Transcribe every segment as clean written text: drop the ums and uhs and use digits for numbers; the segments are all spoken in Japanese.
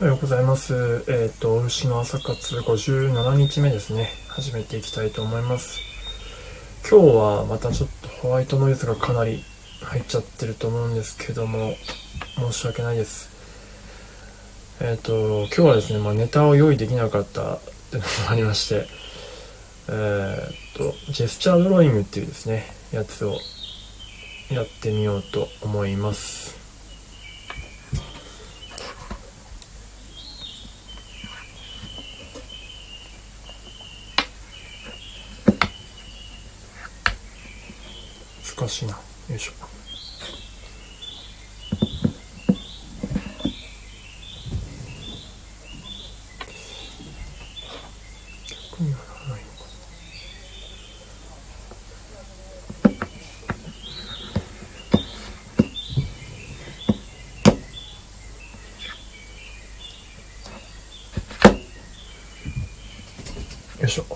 おはようございます。牛の朝活57日目ですね。始めていきたいと思います。今日はまたちょっとホワイトノイズがかなり入っちゃってると思うんですけども、申し訳ないです。今日はですね、ネタを用意できなかったっていうのもありまして、ジェスチャードローイングっていうですね、やつをやってみようと思います。難しいな。よいしょ。逆にはならないのか。よいしょ。こ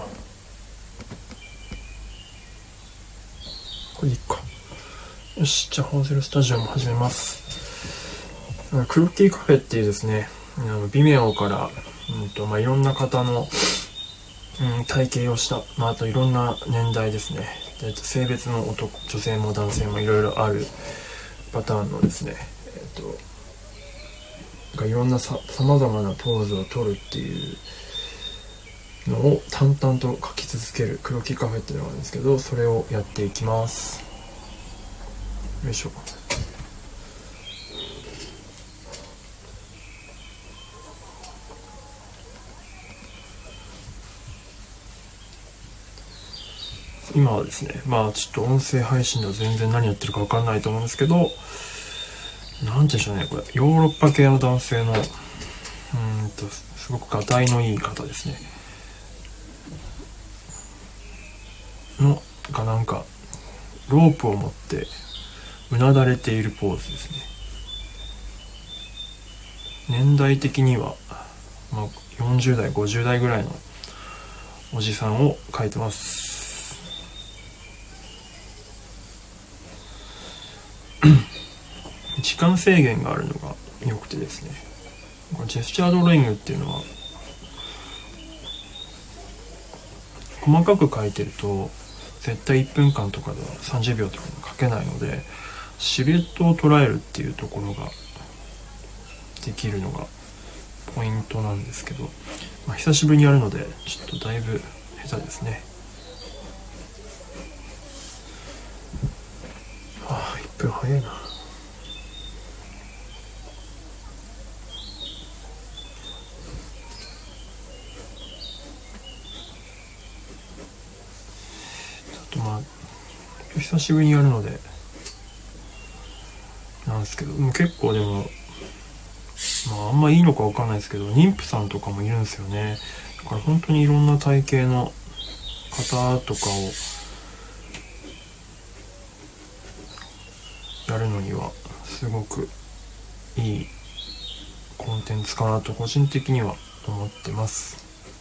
れでいいか。よし、じゃあホーゼルスタジオも始めます。クロッキーカフェっていうですね、ビメオから、いろんな方の、体型をした、あといろんな年代ですね、性別の女性も男性もいろいろあるパターンのですね、いろんなさまざまなポーズを取るっていうのを淡々と書き続けるクロッキーカフェっていうのがあるんですけど、それをやっていきます。よいしょ。今はですね、ちょっと音声配信では全然何やってるか分かんないと思うんですけど、なんて言うんでしょうね、これヨーロッパ系の男性のすごくがたいのいい方ですねのがなんかロープを持ってうなだれているポーズですね。年代的には、40代50代ぐらいのおじさんを描いてます。時間制限があるのが良くてですね、このジェスチャードローイングっていうのは細かく描いてると絶対1分間とかでは30秒とかに描けないので、シルエットを捉えるっていうところができるのがポイントなんですけど、久しぶりにやるのでちょっとだいぶ下手ですね。1分早いな。久しぶりにやるのでなんですけど、結構でもあんまいいのか分かんないですけど、妊婦さんとかもいるんですよね。だから本当にいろんな体型の方とかをやるのにはすごくいいコンテンツかなと個人的には思ってます。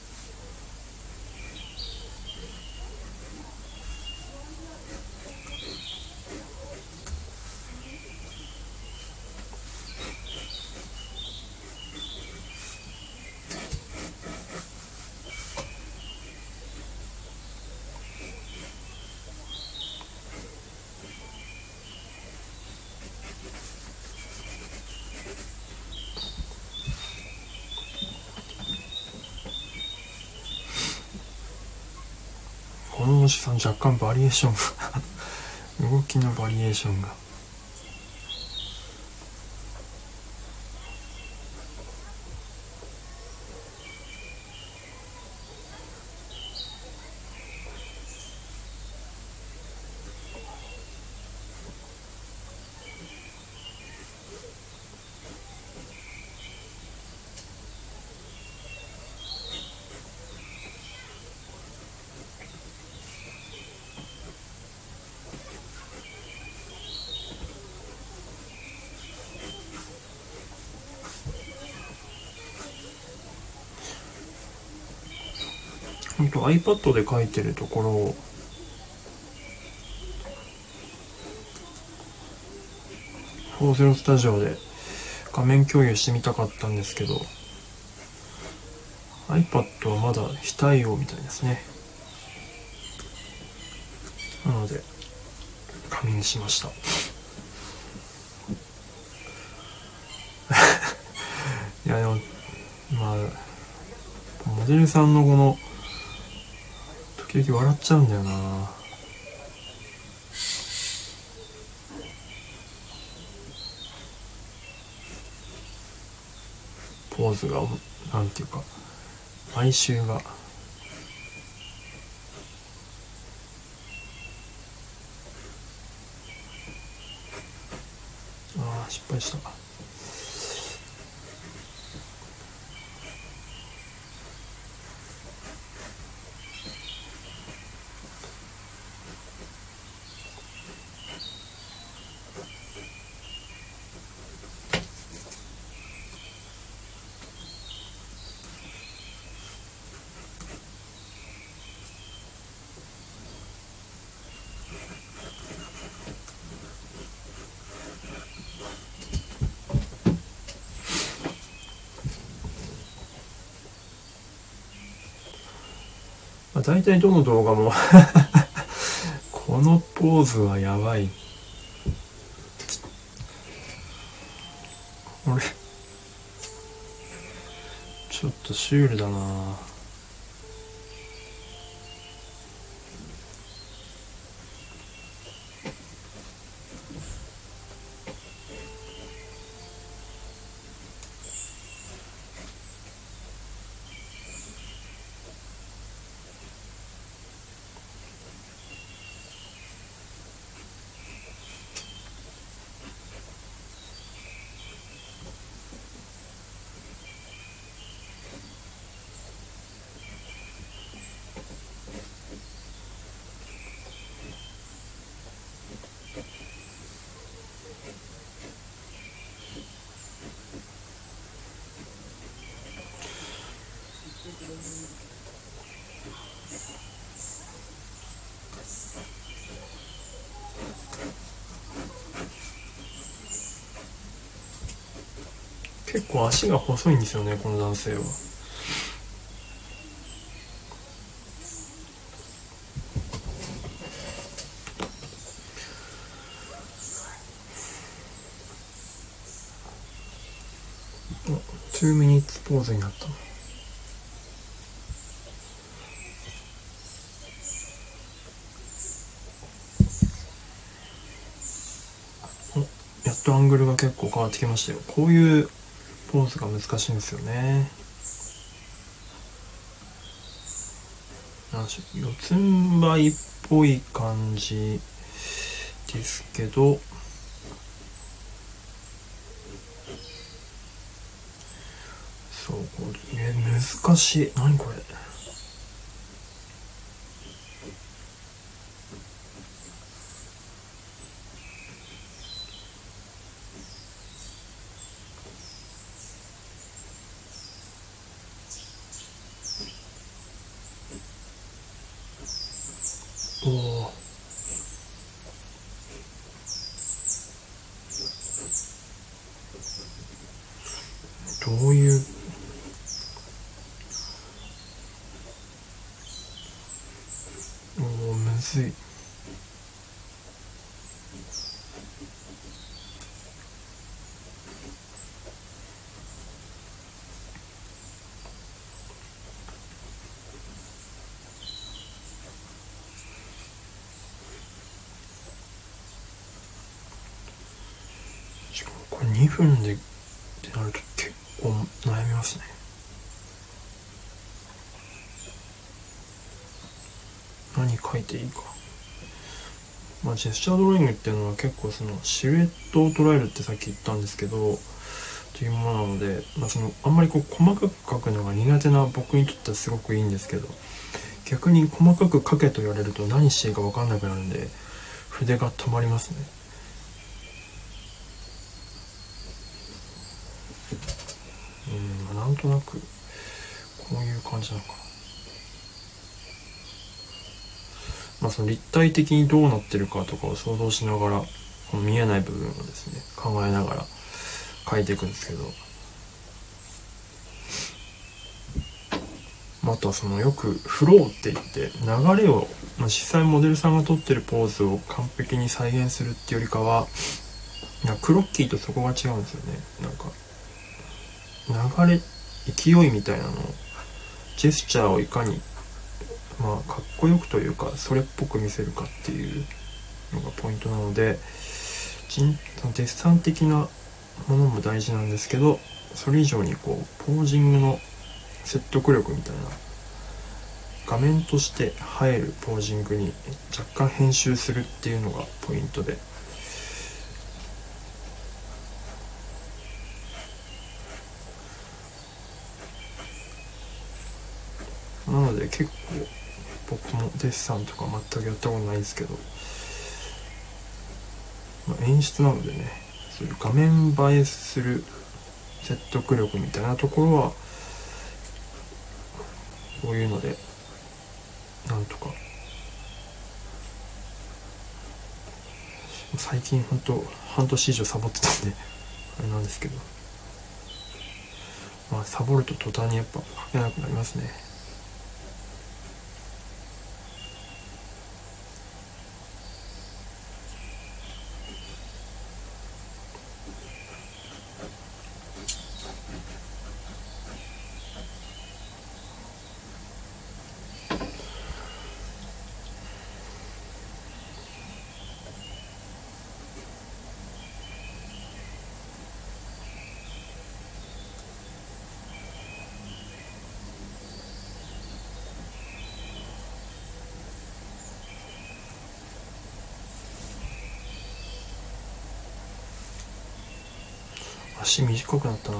このおじさん若干バリエーションが動きのバリエーションが本当 iPad で書いてるところをフォーゼロスタジオで画面共有してみたかったんですけど、 iPad はまだ非対応みたいですね。なので紙にしました。いやでもまあモデルさんのこの時々笑っちゃうんだよな。ポーズがなんていうか毎週が失敗した。大体どの動画もこのポーズはやばい。これちょっとシュールだな。結構足が細いんですよね、この男性は。2ミニッツポーズになった。やっとアングルが結構変わってきましたよ。こういうポーズが難しいんですよね。四つん這いっぽい感じですけど、そうこれ難しい。何これ。おお。どういうむずい。これ2分でってなると結構悩みますね。何書いていいか。ジェスチャードローイングっていうのは結構そのシルエットを捉えるってさっき言ったんですけどというものなので、あんまり細かく書くのが苦手な僕にとってはすごくいいんですけど、逆に細かく書けと言われると何していいか分かんなくなるんで筆が止まりますね。なんとなくこういう感じなのかな。その立体的にどうなってるかとかを想像しながら、この見えない部分をですね考えながら書いていくんですけど、 あとはそのよくフローって言って流れを、実際モデルさんが撮ってるポーズを完璧に再現するっていうよりかは、クロッキーとそこが違うんですよね。なんか流れ、勢いみたいなのを、ジェスチャーをいかにかっこよくというかそれっぽく見せるかっていうのがポイントなので、そのデッサン的なものも大事なんですけど、それ以上にポージングの説得力みたいな、画面として映えるポージングに若干編集するっていうのがポイントで、なので結構僕もデッサンとか全くやったことないですけど、演出なのでね、そういう画面映えする説得力みたいなところはこういうのでなんとか、最近ほんと半年以上サボってたんであれなんですけど、サボると途端にやっぱ書けなくなりますね。足短くなったな。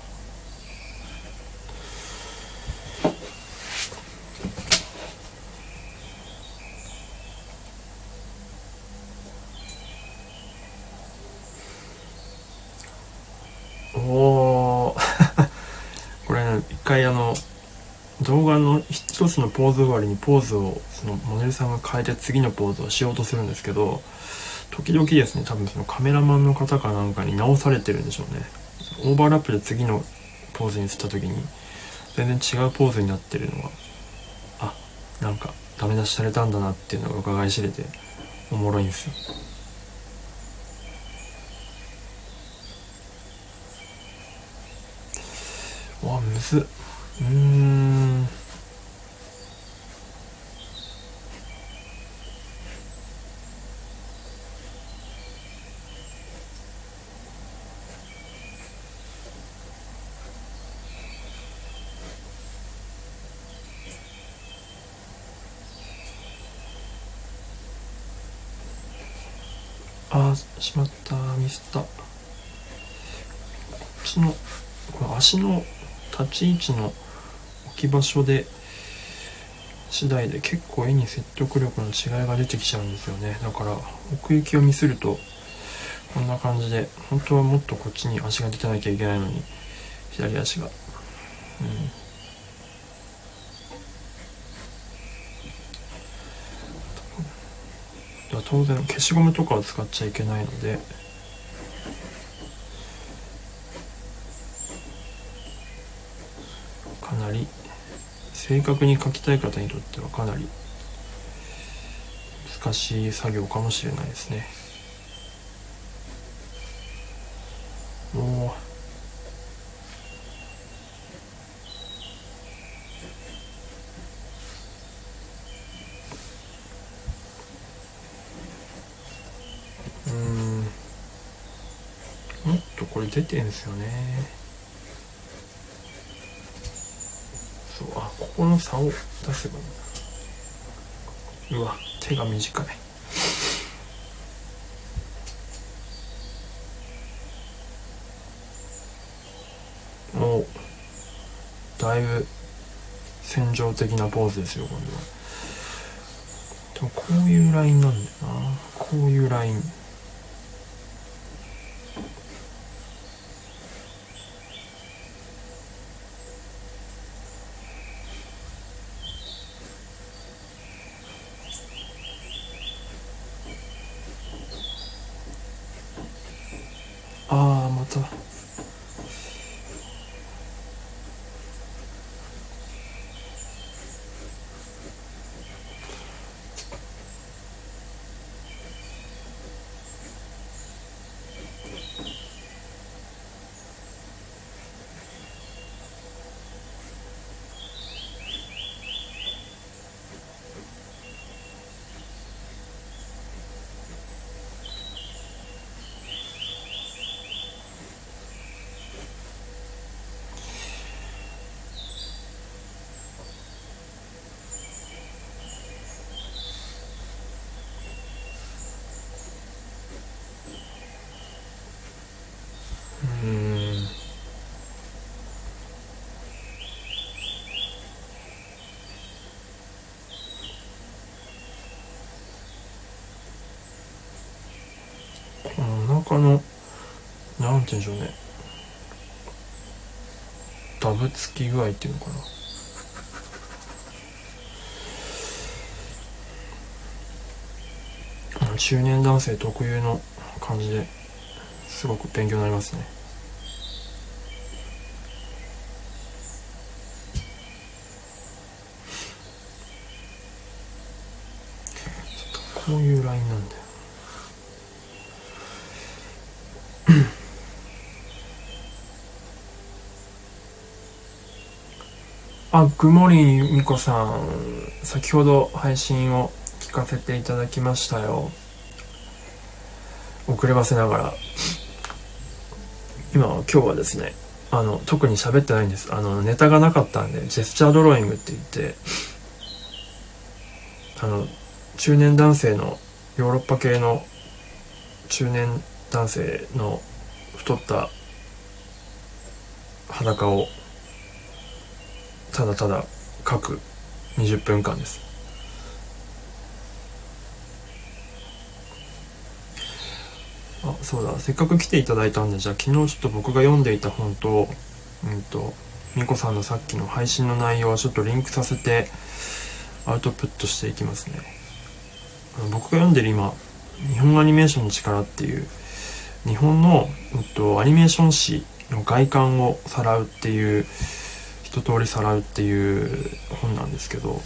おーこれね、一回動画の一つのポーズ終わりにポーズをそのモデルさんが変えて次のポーズをしようとするんですけど、時々ですね、多分そのカメラマンの方かなんかに直されてるんでしょうね。オーバーラップで次のポーズにした時に全然違うポーズになってるのは、なんかダメ出しされたんだなっていうのが伺い知れておもろいんですよ。むずっ。しまった、ミスった。この足の立ち位置の置き場所で次第で結構絵に説得力の違いが出てきちゃうんですよね。だから奥行きを見せるとこんな感じで、本当はもっとこっちに足が出てなきゃいけないのに左足が、当然消しゴムとかを使っちゃいけないので、かなり正確に描きたい方にとってはかなり難しい作業かもしれないですね。もっとこれ出てんすよね。そう、ここの差を出せばいい。うわ、手が短い。だいぶ戦場的なポーズですよ、今度は。でもこういうラインなんだよな。こういうライン。また化のなんて言うんでしょうね、ダブつき具合っていうのかな、中年男性特有の感じですごく勉強になりますね。こういうラインなんだよ。グモリーミコさん、先ほど配信を聞かせていただきましたよ。遅ればせながら。今日はですね、特に喋ってないんです。ネタがなかったんで、ジェスチャードローイングって言って、中年男性の、ヨーロッパ系の中年男性の太った裸をただただ描く20分間です。そうだ、せっかく来ていただいたんで、じゃあ昨日ちょっと僕が読んでいた本とみこさんのさっきの配信の内容をちょっとリンクさせてアウトプットしていきますね。僕が読んでる今、日本アニメーションの力っていう日本の、アニメーション史の外観をさらうっていう、一通りさらうっていう本なんですけど、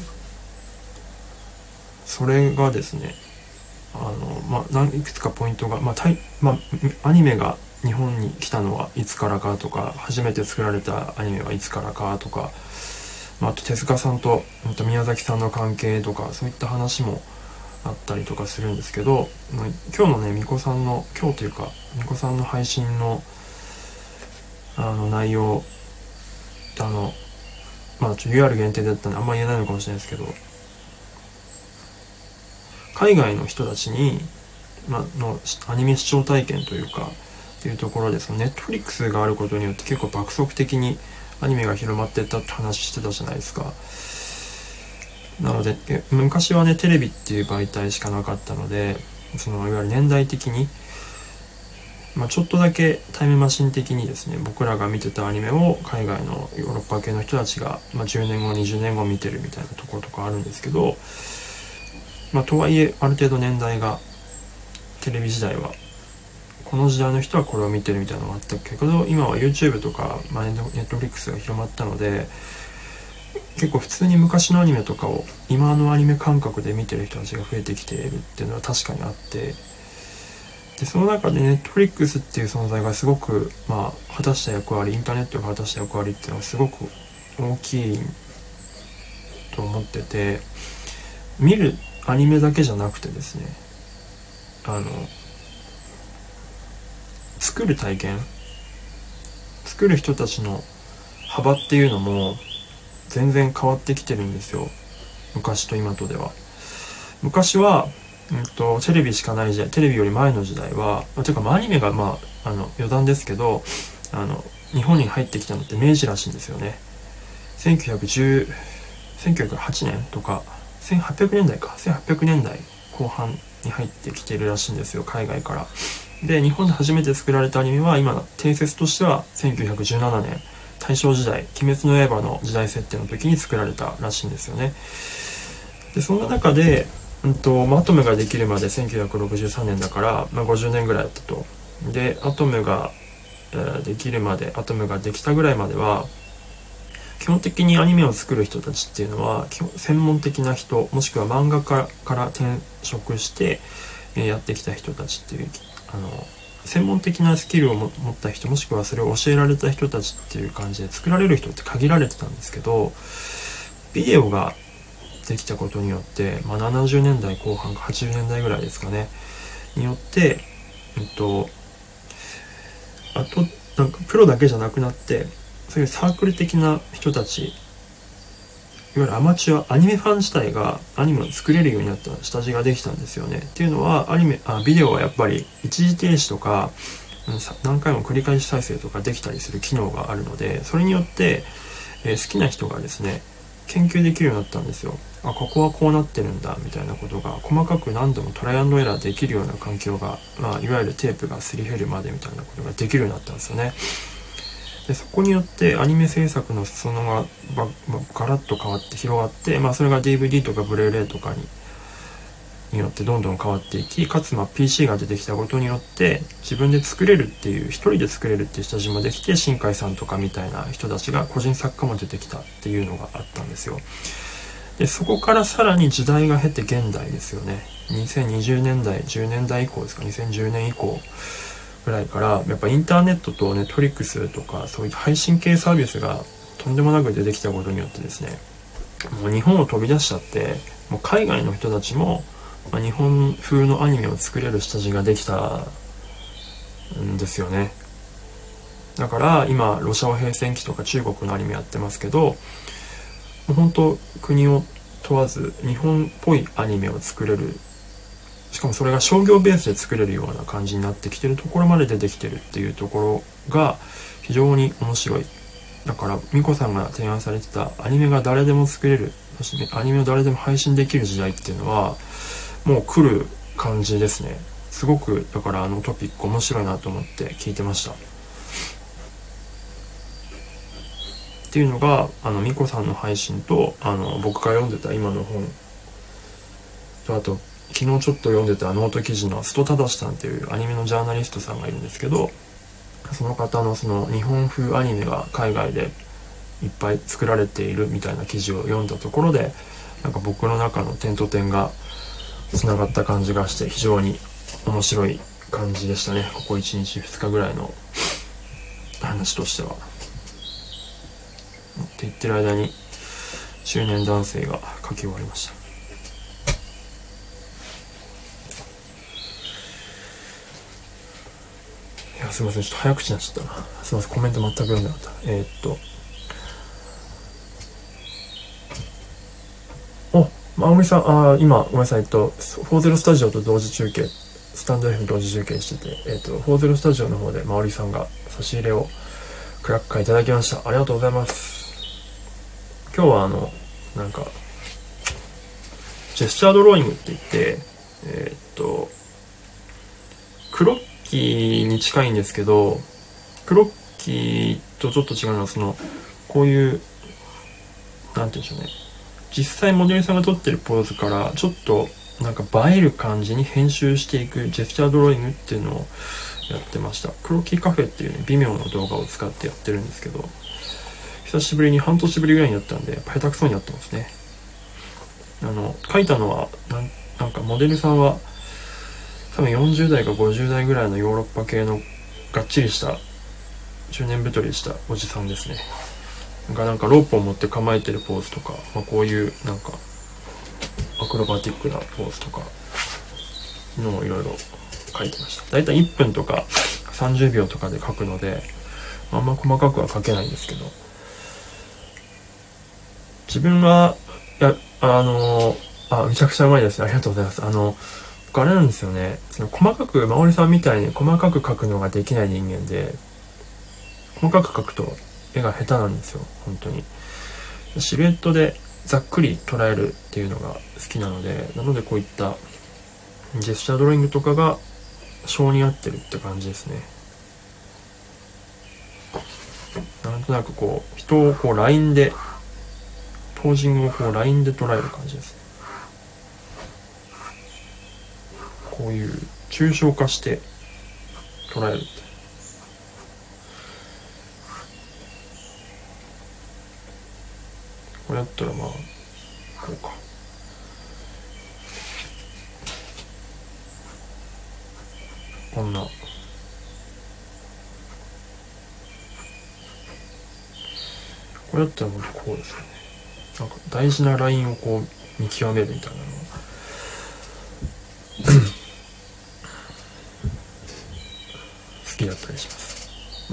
それがですね、いくつかポイントが、アニメが日本に来たのはいつからかとか、初めて作られたアニメはいつからかとか、あと手塚さんと宮崎さんの関係とか、そういった話もあったりとかするんですけど、今日のね、みこさんの配信の内容、UR 限定だったんであんま言えないのかもしれないですけど、海外の人たちに、のアニメ視聴体験というかっていうところで、そのネットフリックスがあることによって結構爆速的にアニメが広まっていったって話してたじゃないですか。なので昔はね、テレビっていう媒体しかなかったので、いわゆる年代的に、ちょっとだけタイムマシン的にですね、僕らが見てたアニメを海外のヨーロッパ系の人たちが、10年後20年後見てるみたいなところとかあるんですけど、とはいえある程度年代が、テレビ時代はこの時代の人はこれを見てるみたいなのがあったけど、今は YouTube とか、ネットフリックスが広まったので、結構普通に昔のアニメとかを今のアニメ感覚で見てる人たちが増えてきているっていうのは確かにあって、でその中でネットフリックスっていう存在がすごく、果たした役割、インターネットが果たした役割っていうのはすごく大きいと思ってて、見るアニメだけじゃなくてですね、作る体験、作る人たちの幅っていうのも全然変わってきてるんですよ、昔と今とでは。昔は、テレビしかない時代、テレビより前の時代は、てかアニメが余談ですけど、日本に入ってきたのって明治らしいんですよね。1908年とか1800年代か、1800年代後半に入ってきてるらしいんですよ、海外から。で、日本で初めて作られたアニメは、今定説としては1917年大正時代、鬼滅の刃の時代設定の時に作られたらしいんですよね。でそんな中で、アトムができるまで1963年だから、50年ぐらいだったと。でアトムが、できるまで、アトムができたぐらいまでは、基本的にアニメを作る人たちっていうのは専門的な人、もしくは漫画家から転職してやってきた人たちっていう、専門的なスキルを持った人、もしくはそれを教えられた人たちっていう感じで作られる人って限られてたんですけど、ビデオができたことによって、70年代後半か80年代ぐらいですかねによって、あとなんかプロだけじゃなくなって、そういうサークル的な人たち、いわゆるアマチュアアニメファン自体がアニメを作れるようになった下地ができたんですよね。っていうのは、ビデオはやっぱり一時停止とか何回も繰り返し再生とかできたりする機能があるので、それによって、好きな人がですね、 研究できるようになったんですよ。ここはこうなってるんだみたいなことが細かく何度もトライアンドエラーできるような環境が、いわゆるテープがすり減るまでみたいなことができるようになったんですよね。でそこによってアニメ制作の裾野がガラッと変わって広がって、それが DVD とかブレイレイとかによってどんどん変わっていき、かつPC が出てきたことによって自分で作れるっていう、一人で作れるっていう下地もできて、新海さんとかみたいな人たちが個人作家も出てきたっていうのがあったんですよ。でそこからさらに時代が経て現代ですよね。2020年代10年代以降ですか、2010年以降ぐらいからやっぱインターネットとネットフリックスとかそういう配信系サービスがとんでもなく出てきたことによってですね、もう日本を飛び出しちゃって、もう海外の人たちも日本風のアニメを作れる下地ができたんですよね。だから今ロシア語平戦期とか中国のアニメやってますけど、もう本当国を問わず日本っぽいアニメを作れる、しかもそれが商業ベースで作れるような感じになってきてるところまで出てきてるっていうところが非常に面白い。だからミコさんが提案されてたアニメが誰でも作れる、そしてアニメを誰でも配信できる時代っていうのはもう来る感じですね。すごくだからトピック面白いなと思って聞いてました。っていうのがミコさんの配信と僕が読んでた今の本と、あと昨日ちょっと読んでたノート記事の須戸忠さんっていうアニメのジャーナリストさんがいるんですけど、その方のその日本風アニメが海外でいっぱい作られているみたいな記事を読んだところで、なんか僕の中の点と点がつながった感じがして非常に面白い感じでしたね。ここ1日2日ぐらいの話としては。って言ってる間に中年男性が書き終わりました。いやすいません、ちょっと早口になっちゃったな。すいません、コメント全く読んでなかった。まおみさん、今ごめんなさい、40スタジオと同時中継、スタンド F 同時中継してて、40スタジオの方でまおりさんが差し入れをクラッカーいただきました。ありがとうございます。今日はなんかジェスチャードローイングって言って、クロッキーに近いんですけど、クロッキーとちょっと違うのはこういうなんて言うんでしょうね、実際モデルさんが撮ってるポーズからちょっとなんか映える感じに編集していくジェスチャードローイングっていうのをやってました。クロッキーカフェっていうね、微妙な動画を使ってやってるんですけど、久しぶりに半年ぶりぐらいにやったんでやっぱ下手くそにやってますね。書いたのはなんかモデルさんは多分40代か50代ぐらいのヨーロッパ系のがっちりした中年太りしたおじさんですね。なんかロープを持って構えてるポーズとか、こういうなんかアクロバティックなポーズとかのをいろいろ書いてました。だいたい1分とか30秒とかで書くのであんま細かくは書けないんですけど、自分はめちゃくちゃうまいですね。ありがとうございます。僕あれなんですよね、細かく、まおりさんみたいに細かく書くのができない人間で、細かく書くと絵が下手なんですよ、本当に。シルエットでざっくり捉えるっていうのが好きなので、なのでこういったジェスチャードローイングとかが性に合ってるって感じですね。なんとなくこう人をこうラインで、ポージングをこうラインで捉える感じですね。こういう抽象化して捉えるって、これやったらこうか、こんなこれだったらこうですよね。なんか大事なラインをこう見極めるみたいなの好きだったりします。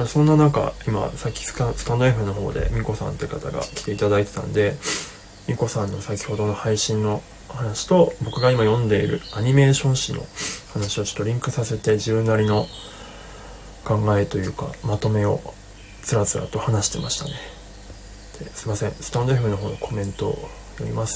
そんな中、今さっきスタンド F の方でミコさんって方が来ていただいてたんで、ミコさんの先ほどの配信の話と僕が今読んでいるアニメーション誌の話をちょっとリンクさせて、自分なりの考えというかまとめをつらつらと話してましたね。 すいません、スタンド F の方のコメントを読みます。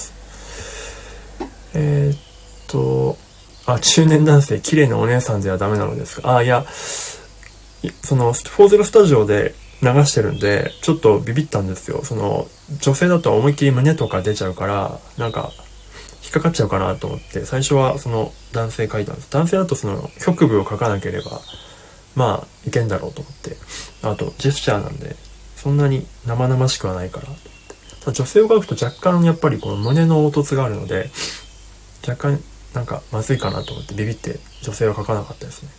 中年男性、綺麗なお姉さんではダメなのですか？いや、その40スタジオで流してるんで、ちょっとビビったんですよ。その女性だと思いっきり胸とか出ちゃうから、なんか引っかかっちゃうかなと思って、最初はその男性書いたんです。男性だとその局部を書かなければまあいけんだろうと思って、あとジェスチャーなんでそんなに生々しくはないからと思って。ただ女性を書くと若干やっぱりこの胸の凹凸があるので、若干なんかまずいかなと思ってビビって女性は書かなかったですね。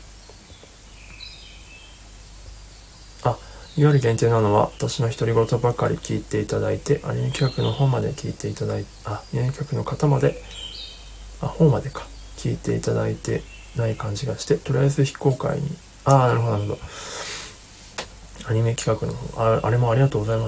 いわゆる限定なのは私の独り言ばかり聞いていただいて、アニメ企画の方まで聞いていただいて、アニメ企画の方まで方までか聞いていただいてない感じがして、とりあえず非公開に。なるほどなるほど。アニメ企画の方、あれもありがとうございます。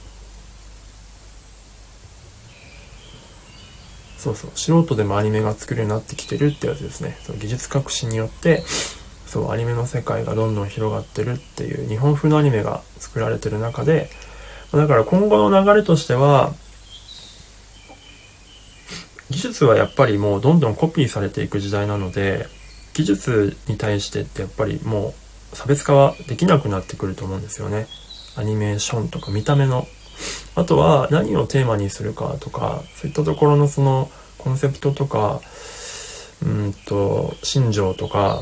そうそう、素人でもアニメが作れるようになってきてるってやつですね。その技術革新によってアニメの世界がどんどん広がってるっていう日本風のアニメが作られてる中で、だから今後の流れとしては、技術はやっぱりもうどんどんコピーされていく時代なので、技術に対してってやっぱりもう差別化はできなくなってくると思うんですよね。アニメーションとか見た目の、あとは何をテーマにするかとか、そういったところのそのコンセプトとか、心情とか、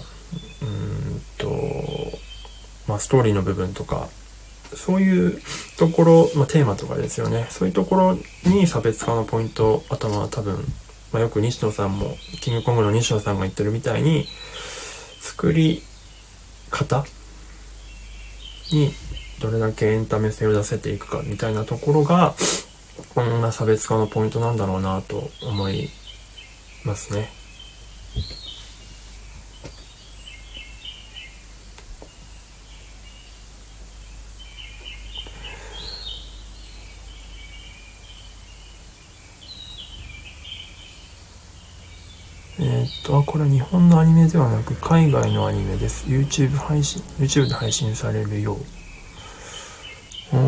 ストーリーの部分とか、そういうところ、テーマとかですよね。そういうところに差別化のポイント、あとは多分、よく西野さんも、キングコングの西野さんが言ってるみたいに、作り方にどれだけエンタメ性を出せていくかみたいなところが、こんな差別化のポイントなんだろうなと思いますね。これは日本のアニメではなく海外のアニメです。YouTube で配信されるよう。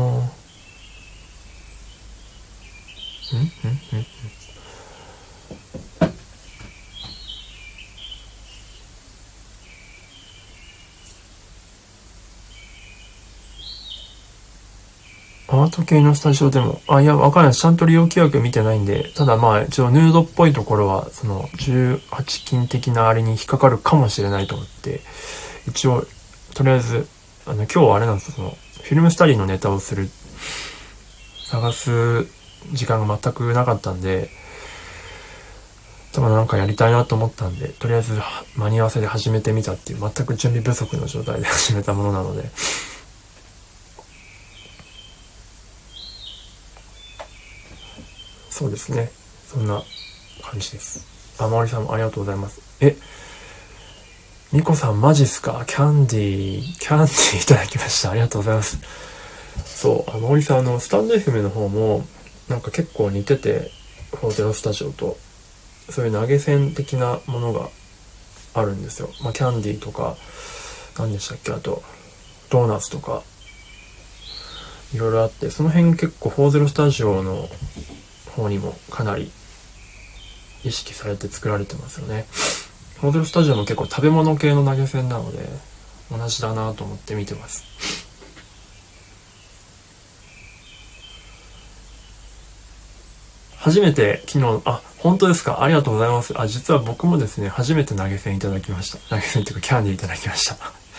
アート系のスタジオでも、いや、わかんないです。ちゃんと利用規約見てないんで、ただ一応ヌードっぽいところは、その、18禁的なあれに引っかかるかもしれないと思って、一応、とりあえず、今日はあれなんですよ、その、フィルムスタディのネタを探す時間が全くなかったんで、多分なんかやりたいなと思ったんで、とりあえず間に合わせで始めてみたっていう、全く準備不足の状態で始めたものなので、そうですね。そんな感じです。まおりさんもありがとうございます。みこさんマジっすか？キャンディーいただきました。ありがとうございます。そう、まおりさんスタンド FM の方も、なんか結構似てて、40スタジオと、そういう投げ銭的なものがあるんですよ。キャンディーとか、何でしたっけ、あと、ドーナツとか、いろいろあって、その辺結構40スタジオの方にもかなり意識されて作られてますよね。モデルスタジオも結構食べ物系の投げ銭なので同じだなと思って見てます。初めて昨日、本当ですか？ありがとうございます。実は僕もですね、初めて投げ銭いただきました。投げ銭っていうかキャンディーいただきました。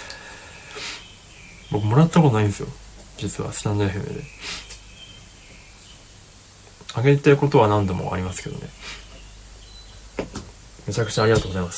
僕もらったことないんですよ。実はスタンド FM で。あげてることは何度もありますけどね。めちゃくちゃありがとうございます。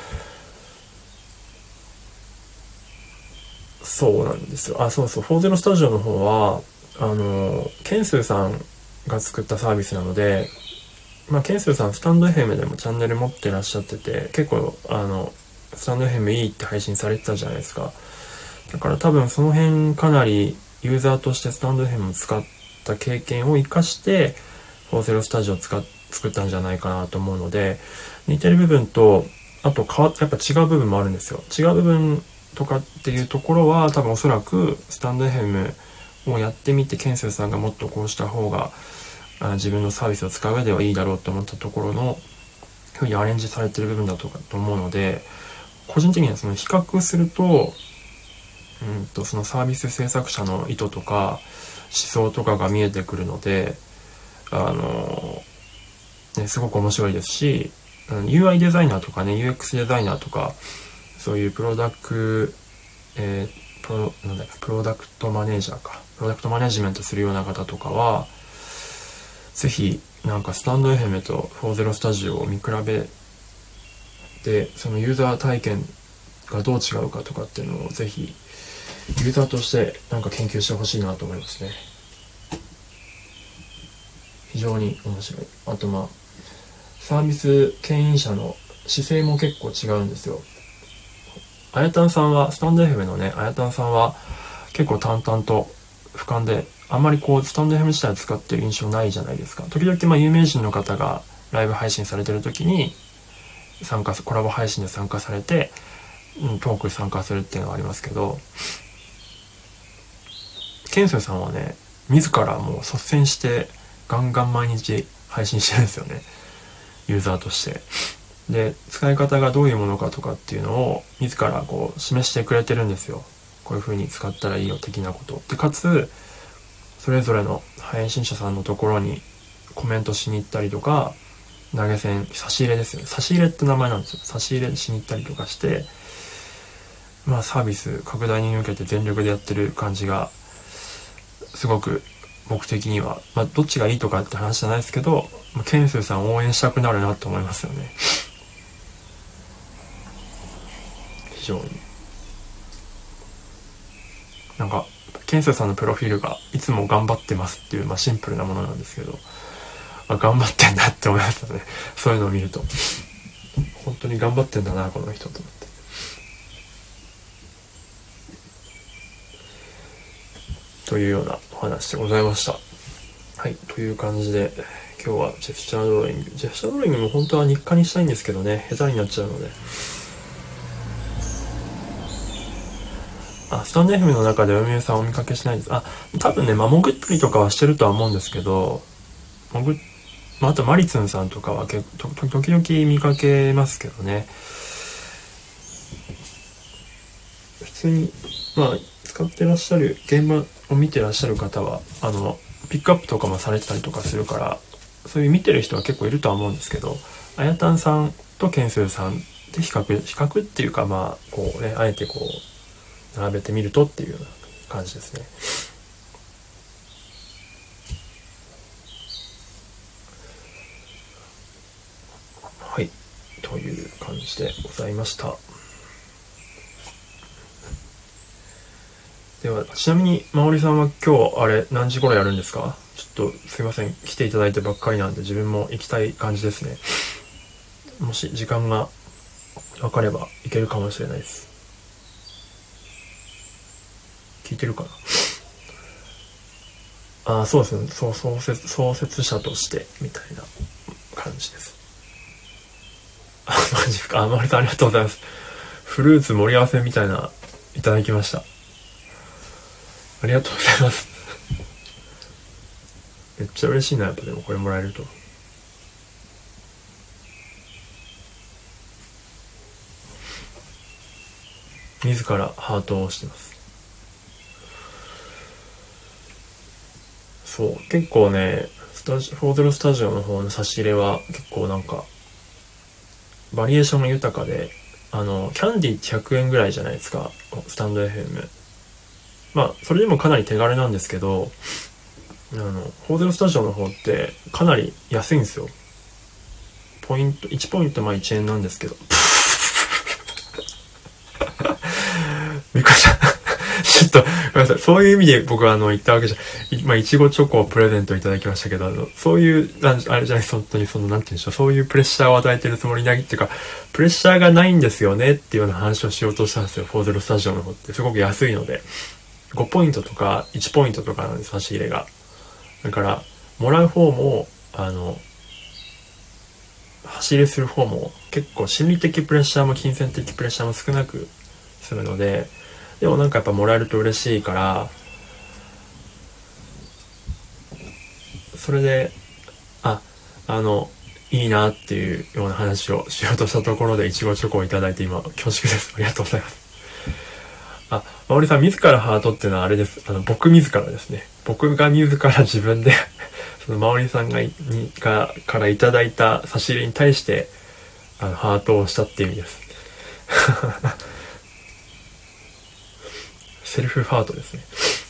そうなんですよ。40スタジオの方は、ケンスーさんが作ったサービスなので、ケンスーさんスタンド FM でもチャンネル持ってらっしゃってて、結構、スタンド FM いいって配信されてたじゃないですか。だから多分その辺かなりユーザーとしてスタンド FM を使った経験を活かして、40スタジオを作ったんじゃないかなと思うので、似てる部分と、あとやっぱ違う部分もあるんですよ。違う部分とかっていうところは多分おそらくスタンド FM をやってみて、ケンセルさんがもっとこうした方が自分のサービスを使う上ではいいだろうと思ったところのふうにアレンジされてる部分だと思うので、個人的にはその比較すると、そのサービス制作者の意図とか思想とかが見えてくるので、すごく面白いですし、UI デザイナーとかね、UX デザイナーとか、そういうプロダクトマネージャーか、プロダクトマネジメントするような方とかは、ぜひなんかスタンド FM と40スタジオを見比べて、そのユーザー体験がどう違うかとかっていうのをぜひユーザーとしてなんか研究してほしいなと思いますね。非常に面白い。あとサービス牽引者の姿勢も結構違うんですよ。あやたんさんは、スタンド FM のね、あやたんさんは結構淡々と俯瞰で、あんまりスタンド FM 自体を使ってる印象ないじゃないですか。時々有名人の方がライブ配信されてる時にコラボ配信で参加されて、トークに参加するっていうのがありますけど、ケンセルさんはね、自らもう率先してガンガン毎日配信してるんですよね、ユーザーとして。で、使い方がどういうものかとかっていうのを自ら示してくれてるんですよ。こういう風に使ったらいいよ的なことで、かつそれぞれの配信者さんのところにコメントしに行ったりとか、投げ銭、差し入れですよね、差し入れって名前なんですよ。差し入れしに行ったりとかして、サービス拡大に向けて全力でやってる感じがすごく僕的には、どっちがいいとかって話じゃないですけど、ケンセルさんを応援したくなるなと思いますよね。非常になんかケンセルさんのプロフィールがいつも頑張ってますっていう、シンプルなものなんですけど、頑張ってんだって思いますよね。そういうのを見ると本当に頑張ってんだなこの人と思って。というようなお話でございました。はい、という感じで今日はジェスチャードローイングも本当は日課にしたいんですけどね、下手になっちゃうので。スタンド FM の中でおみゆさんお見かけしないです。多分ね、潜ったりとかはしてるとは思うんですけど、あとマリツンさんとかは時々見かけますけどね。普通に使ってらっしゃる、現場を見てらっしゃる方はピックアップとかもされてたりとかするから、そういう見てる人は結構いるとは思うんですけど、あやたんさんとケンセルさんで比較っていうか、あえて並べてみるとっていうような感じですね。はい、という感じでございました。では、ちなみにまおりさんは今日何時頃やるんですか？ちょっとすいません、来ていただいてばっかりなんで自分も行きたい感じですね。もし時間が分かれば行けるかもしれないです。聞いてるかな。そうですね、創設者としてみたいな感じです。マジか。まおりさんありがとうございます。フルーツ盛り合わせみたいないただきました。ありがとうございます。めっちゃ嬉しいな、やっぱ。でもこれもらえると自らハートを押してます。そう、結構ね、40スタジオの方の差し入れは結構なんかバリエーションが豊かで、キャンディーって100円ぐらいじゃないですか、スタンド FM。それでもかなり手軽なんですけど、40スタジオの方ってかなり安いんですよ。1ポイント1円なんですけど。みこさんちょっとごめんなさい、そういう意味で僕は言ったわけじゃ、いちごチョコをプレゼントいただきましたけど、そういうあれじゃない、本当になんて言うんでしょう、そういうプレッシャーを与えてるつもりないっていうか、プレッシャーがないんですよねっていうような話をしようとしたんですよ。40スタジオの方ってすごく安いので、5ポイントとか1ポイントとかなんです、差し入れが。だからもらう方も走りする方も結構心理的プレッシャーも金銭的プレッシャーも少なくするので、でもなんかやっぱもらえると嬉しいから、 それで、いいなっていうような話をしようとしたところで、いちごチョコをいただいて今、恐縮です。ありがとうございます。まおりさん、自らハートっていうのはあれです。僕自らですね。僕が自ら自分でそのまおりさんからいただいた差し入れに対して、ハートをしたっていう意味です。セルフハートですね。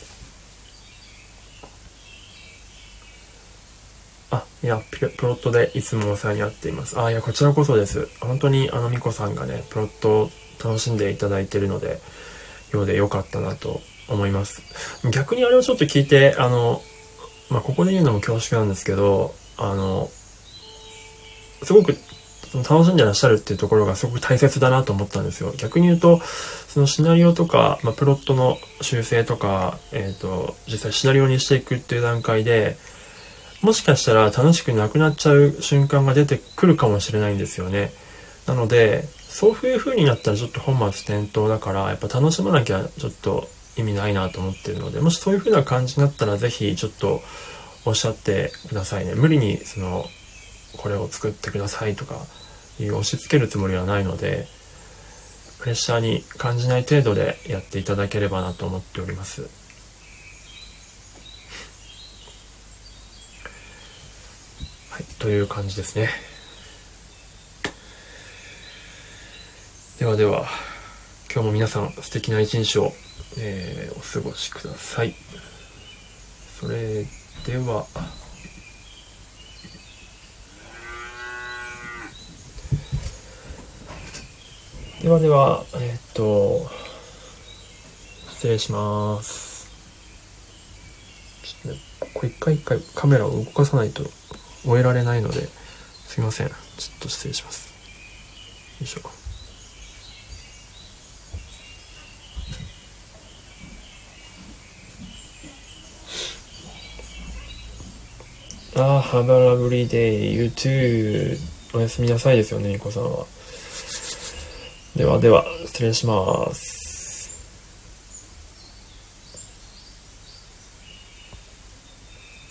いや、プロットでいつもお世話になっています。いや、こちらこそです。本当にミコさんがね、プロットを楽しんでいただいているので、ようで良かったなと思います。逆にあれをちょっと聞いて、ここで言うのも恐縮なんですけど、すごく楽しんでらっしゃるっていうところがすごく大切だなと思ったんですよ。逆に言うと、そのシナリオとか、プロットの修正とか、実際シナリオにしていくっていう段階で、もしかしたら楽しくなくなっちゃう瞬間が出てくるかもしれないんですよね。なので、そういう風になったらちょっと本末転倒だから、やっぱ楽しまなきゃちょっと意味ないなと思ってるので、もしそういう風な感じになったらぜひちょっとおっしゃってくださいね。無理にこれを作ってくださいとか押し付けるつもりはないので、プレッシャーに感じない程度でやっていただければなと思っております。はい、という感じですね。ではでは、今日も皆さん素敵な一日を、お過ごしください。それでは、失礼します。ちょっとね、これ一回カメラを動かさないと終えられないので、すいません。ちょっと失礼します。よいしょ。Have a lovely day. You too. おやすみなさいですよね、みこさんは。ではでは、失礼します。